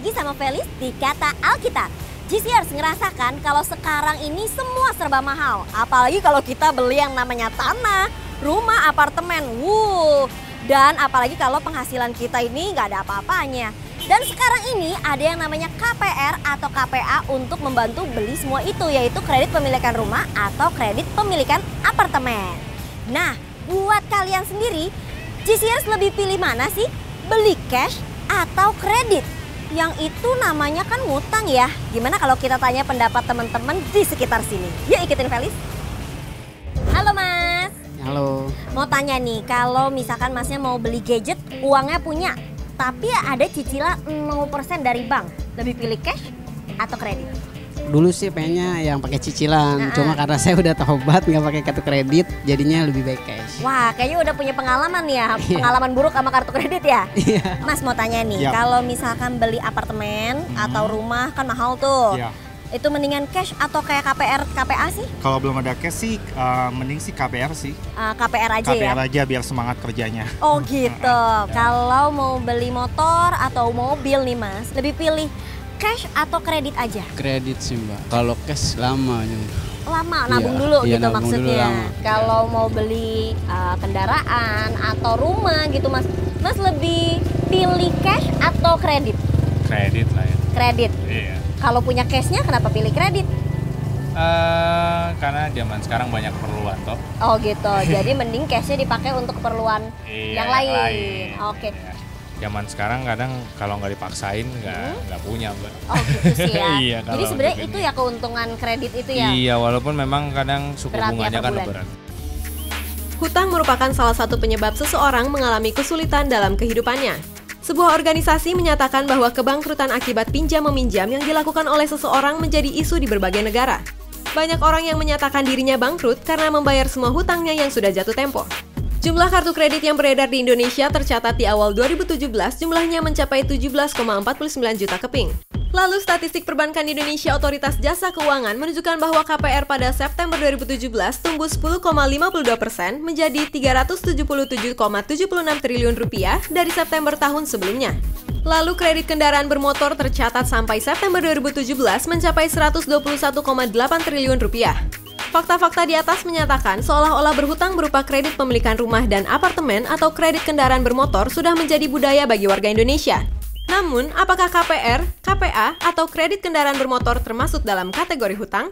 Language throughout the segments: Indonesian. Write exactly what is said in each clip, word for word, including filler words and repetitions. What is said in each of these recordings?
lagi sama Felis di Kata Alkitab. G-Seers ngerasakan kalau sekarang ini semua serba mahal. Apalagi kalau kita beli yang namanya tanah, rumah, apartemen. Wuh. Dan apalagi kalau penghasilan kita ini nggak ada apa-apanya. Dan sekarang ini ada yang namanya K P R atau K P A untuk membantu beli semua itu, yaitu kredit pemilikan rumah atau kredit pemilikan apartemen. Nah, buat kalian sendiri, G-Seers lebih pilih mana sih? Beli cash atau kredit? Yang itu namanya kan ngutang ya. Gimana kalau kita tanya pendapat teman-teman di sekitar sini? Yuk ikutin Felis. Halo Mas. Halo. Mau tanya nih, kalau misalkan Masnya mau beli gadget, uangnya punya, tapi ada cicilan nol persen dari bank, lebih pilih cash atau kredit? Dulu sih pengennya yang pakai cicilan, Nah, cuma karena saya udah tobat nggak pakai kartu kredit, jadinya lebih baik cash. Wah, kayaknya udah punya pengalaman ya, pengalaman buruk sama kartu kredit ya. Iya. Mas mau tanya nih, Yap. kalau misalkan beli apartemen atau rumah kan mahal tuh, Ya. itu mendingan cash atau kayak K P R, K P A sih? Kalau belum ada cash sih, uh, mending sih K P R sih. Uh, K P R aja K P R ya? aja biar semangat kerjanya. Oh gitu. Kalau mau beli motor atau mobil nih Mas, lebih pilih cash atau kredit aja? Kredit sih mbak, kalau cash lama juga. Lama, Iya, nabung dulu iya, gitu nabung dulu maksudnya. lama. Kalau mau beli uh, kendaraan atau rumah gitu Mas, Mas lebih pilih cash atau kredit? Kredit lah ya. Kredit. Iya. Kalau punya cashnya kenapa pilih kredit? Eh, karena zaman sekarang banyak keperluan toh. Oh gitu, jadi mending cashnya dipakai untuk keperluan Iya, yang lain. Oke. Iya. Zaman sekarang kadang kalau nggak dipaksain nggak nggak punya mbak. Oh gitu sih ya. Iya, Jadi kalau sebenarnya untuk itu ini. ya keuntungan kredit itu ya. Iya, walaupun memang kadang suku Berat ya bunganya per kan bulan. berat. Hutang merupakan salah satu penyebab seseorang mengalami kesulitan dalam kehidupannya. Sebuah organisasi menyatakan bahwa kebangkrutan akibat pinjam-meminjam yang dilakukan oleh seseorang menjadi isu di berbagai negara. Banyak orang yang menyatakan dirinya bangkrut karena membayar semua hutangnya yang sudah jatuh tempo. Jumlah kartu kredit yang beredar di Indonesia tercatat di awal dua ribu tujuh belas jumlahnya mencapai tujuh belas koma empat puluh sembilan juta keping. Lalu statistik perbankan Indonesia Otoritas Jasa Keuangan menunjukkan bahwa K P R pada September dua ribu tujuh belas tumbuh sepuluh koma lima puluh dua persen menjadi tiga ratus tujuh puluh tujuh koma tujuh puluh enam triliun rupiah dari September tahun sebelumnya. Lalu kredit kendaraan bermotor tercatat sampai September dua ribu tujuh belas mencapai seratus dua puluh satu koma delapan triliun rupiah. Fakta-fakta di atas menyatakan seolah-olah berhutang berupa kredit pemilikan rumah dan apartemen atau kredit kendaraan bermotor sudah menjadi budaya bagi warga Indonesia. Namun, apakah K P R, K P A, atau kredit kendaraan bermotor termasuk dalam kategori hutang?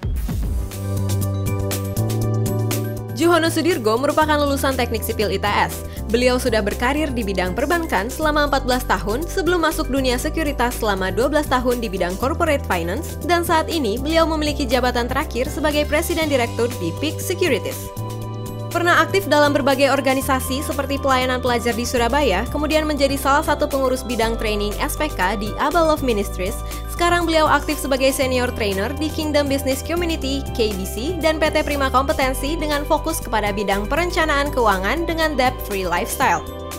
Juhono Sudirgo merupakan lulusan Teknik Sipil I T S. Beliau sudah berkarir di bidang perbankan selama empat belas tahun sebelum masuk dunia sekuritas selama dua belas tahun di bidang corporate finance, dan saat ini beliau memiliki jabatan terakhir sebagai Presiden Direktur di Peak Securities. Pernah aktif dalam berbagai organisasi seperti pelayanan pelajar di Surabaya, kemudian menjadi salah satu pengurus bidang training S P K di Aba Love Ministries. Sekarang beliau aktif sebagai senior trainer di Kingdom Business Community K B C dan P T Prima Kompetensi dengan fokus kepada bidang perencanaan keuangan dengan debt-free lifestyle.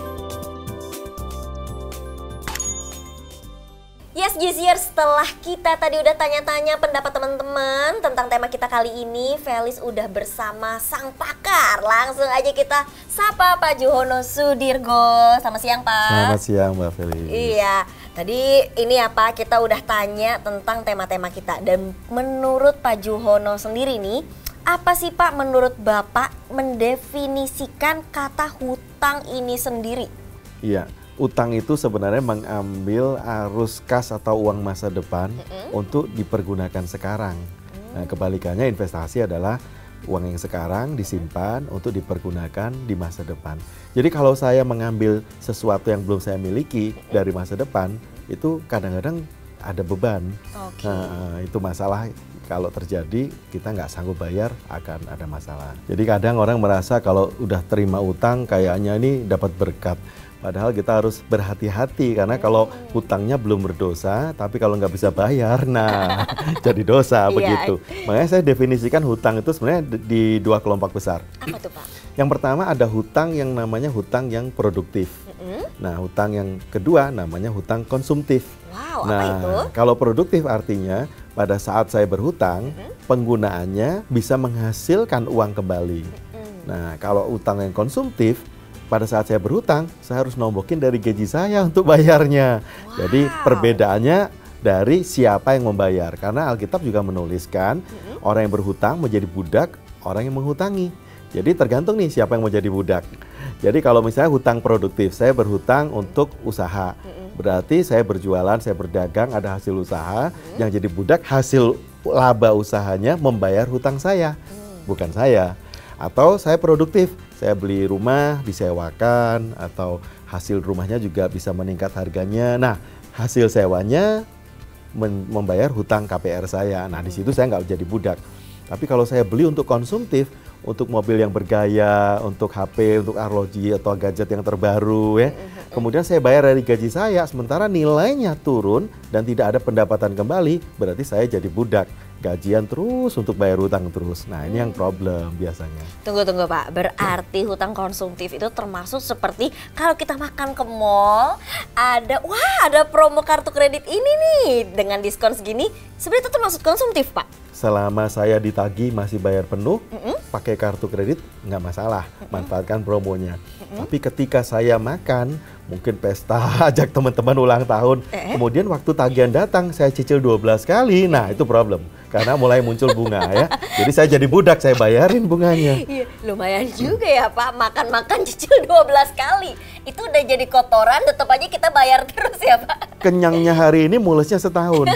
Yes G-Seers, setelah kita tadi udah tanya-tanya pendapat teman-teman tentang tema kita kali ini, Felis udah bersama sang pakar. Langsung aja kita sapa Pak Juhono Sudirgo. Selamat siang Pak. Selamat siang Mbak Felis. Iya, tadi ini apa kita udah tanya tentang tema-tema kita. Dan menurut Pak Juhono sendiri nih, apa sih Pak menurut Bapak mendefinisikan kata hutang ini sendiri? Iya, utang itu sebenarnya mengambil arus kas atau uang masa depan mm-hmm. untuk dipergunakan sekarang. Mm. Nah, kebalikannya investasi adalah uang yang sekarang disimpan untuk dipergunakan di masa depan. Jadi kalau saya mengambil sesuatu yang belum saya miliki mm-hmm. dari masa depan, itu kadang-kadang ada beban. Okay. Nah, itu masalah. Kalau terjadi kita nggak sanggup bayar akan ada masalah. Jadi kadang orang merasa kalau udah terima utang kayaknya ini dapat berkat. Padahal kita harus berhati-hati karena kalau hutangnya belum berdosa, tapi kalau nggak bisa bayar, nah jadi dosa begitu. Makanya saya definisikan hutang itu sebenarnya di dua kelompok besar. Apa tuh Pak? Yang pertama ada hutang yang namanya hutang yang produktif. Mm-hmm. Nah hutang yang kedua namanya hutang konsumtif. Wow, nah, apa itu? Kalau produktif artinya pada saat saya berhutang, mm-hmm. penggunaannya bisa menghasilkan uang kembali. Mm-hmm. Nah kalau hutang yang konsumtif, pada saat saya berhutang, saya harus nombokin dari gaji saya untuk bayarnya. Wow. Jadi perbedaannya dari siapa yang membayar. Karena Alkitab juga menuliskan mm-hmm. orang yang berhutang menjadi budak, orang yang menghutangi. Jadi tergantung nih siapa yang mau jadi budak. Jadi kalau misalnya hutang produktif, saya berhutang untuk usaha. Berarti saya berjualan, saya berdagang, ada hasil usaha. Yang jadi budak hasil laba usahanya membayar hutang saya, bukan saya. Atau saya produktif, saya beli rumah, disewakan, atau hasil rumahnya juga bisa meningkat harganya. Nah, hasil sewanya membayar hutang K P R saya. Nah, di situ saya nggak jadi budak. Tapi kalau saya beli untuk konsumtif, untuk mobil yang bergaya, untuk H P, untuk arloji atau gadget yang terbaru ya. Kemudian saya bayar dari gaji saya, sementara nilainya turun dan tidak ada pendapatan kembali, berarti saya jadi budak. Gajian terus untuk bayar hutang terus. Nah, ini yang problem biasanya. Tunggu tunggu Pak, berarti hutang konsumtif itu termasuk seperti kalau kita makan ke mall, ada wah ada promo kartu kredit ini nih dengan diskon segini, sebenarnya itu termasuk konsumtif Pak? Selama saya ditagih masih bayar penuh, mm-hmm. pakai kartu kredit nggak masalah, mm-hmm. manfaatkan promonya. Mm-hmm. Tapi ketika saya makan, mungkin pesta, ajak teman-teman ulang tahun, eh? kemudian waktu tagihan datang saya cicil dua belas kali, nah itu problem. Karena mulai muncul bunga ya. Jadi saya jadi budak, saya bayarin bunganya. Iya, lumayan juga ya Pak, makan-makan cicil dua belas kali. Itu udah jadi kotoran, tetap aja kita bayar terus ya Pak. Kenyangnya hari ini, mulesnya setahun.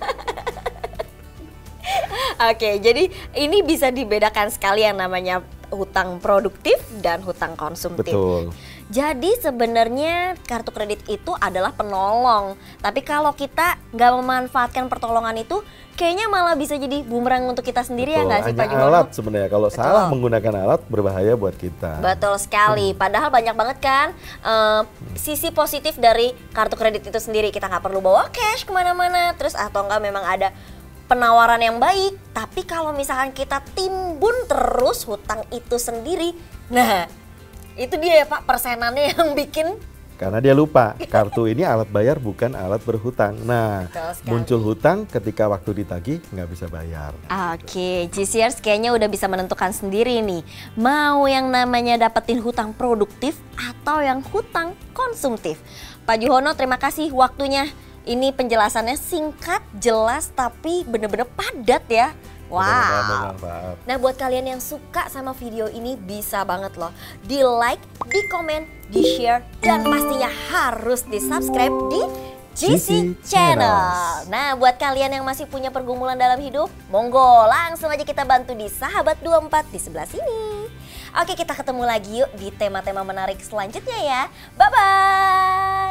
Oke, jadi ini bisa dibedakan sekali yang namanya hutang produktif dan hutang konsumtif. Betul. Jadi sebenarnya kartu kredit itu adalah penolong. Tapi kalau kita nggak memanfaatkan pertolongan itu, kayaknya malah bisa jadi bumerang untuk kita sendiri. Betul. Ya nggak sih Pak Juwono? Alat sebenarnya, kalau Betul. salah menggunakan alat berbahaya buat kita. Betul sekali, hmm. padahal banyak banget kan uh, sisi positif dari kartu kredit itu sendiri. Kita nggak perlu bawa cash kemana-mana, terus atau enggak memang ada penawaran yang baik. Tapi kalau misalkan kita timbun terus hutang itu sendiri, nah itu dia ya Pak, persenannya yang bikin. Karena dia lupa, kartu ini alat bayar bukan alat berhutang. Nah, muncul hutang ketika waktu ditagih nggak bisa bayar. Oke, G C R S kayaknya udah bisa menentukan sendiri nih. Mau yang namanya dapetin hutang produktif atau yang hutang konsumtif. Pak Juwono, terima kasih waktunya. Ini penjelasannya singkat, jelas, tapi bener-bener padat ya. Wow. Nah, buat kalian yang suka sama video ini bisa banget loh di like, di komen, di share, dan pastinya harus di subscribe di G C Channel. Nah, buat kalian yang masih punya pergumulan dalam hidup, monggo langsung aja kita bantu di Sahabat dua puluh empat di sebelah sini. Oke, kita ketemu lagi yuk di tema-tema menarik selanjutnya ya. Bye-bye.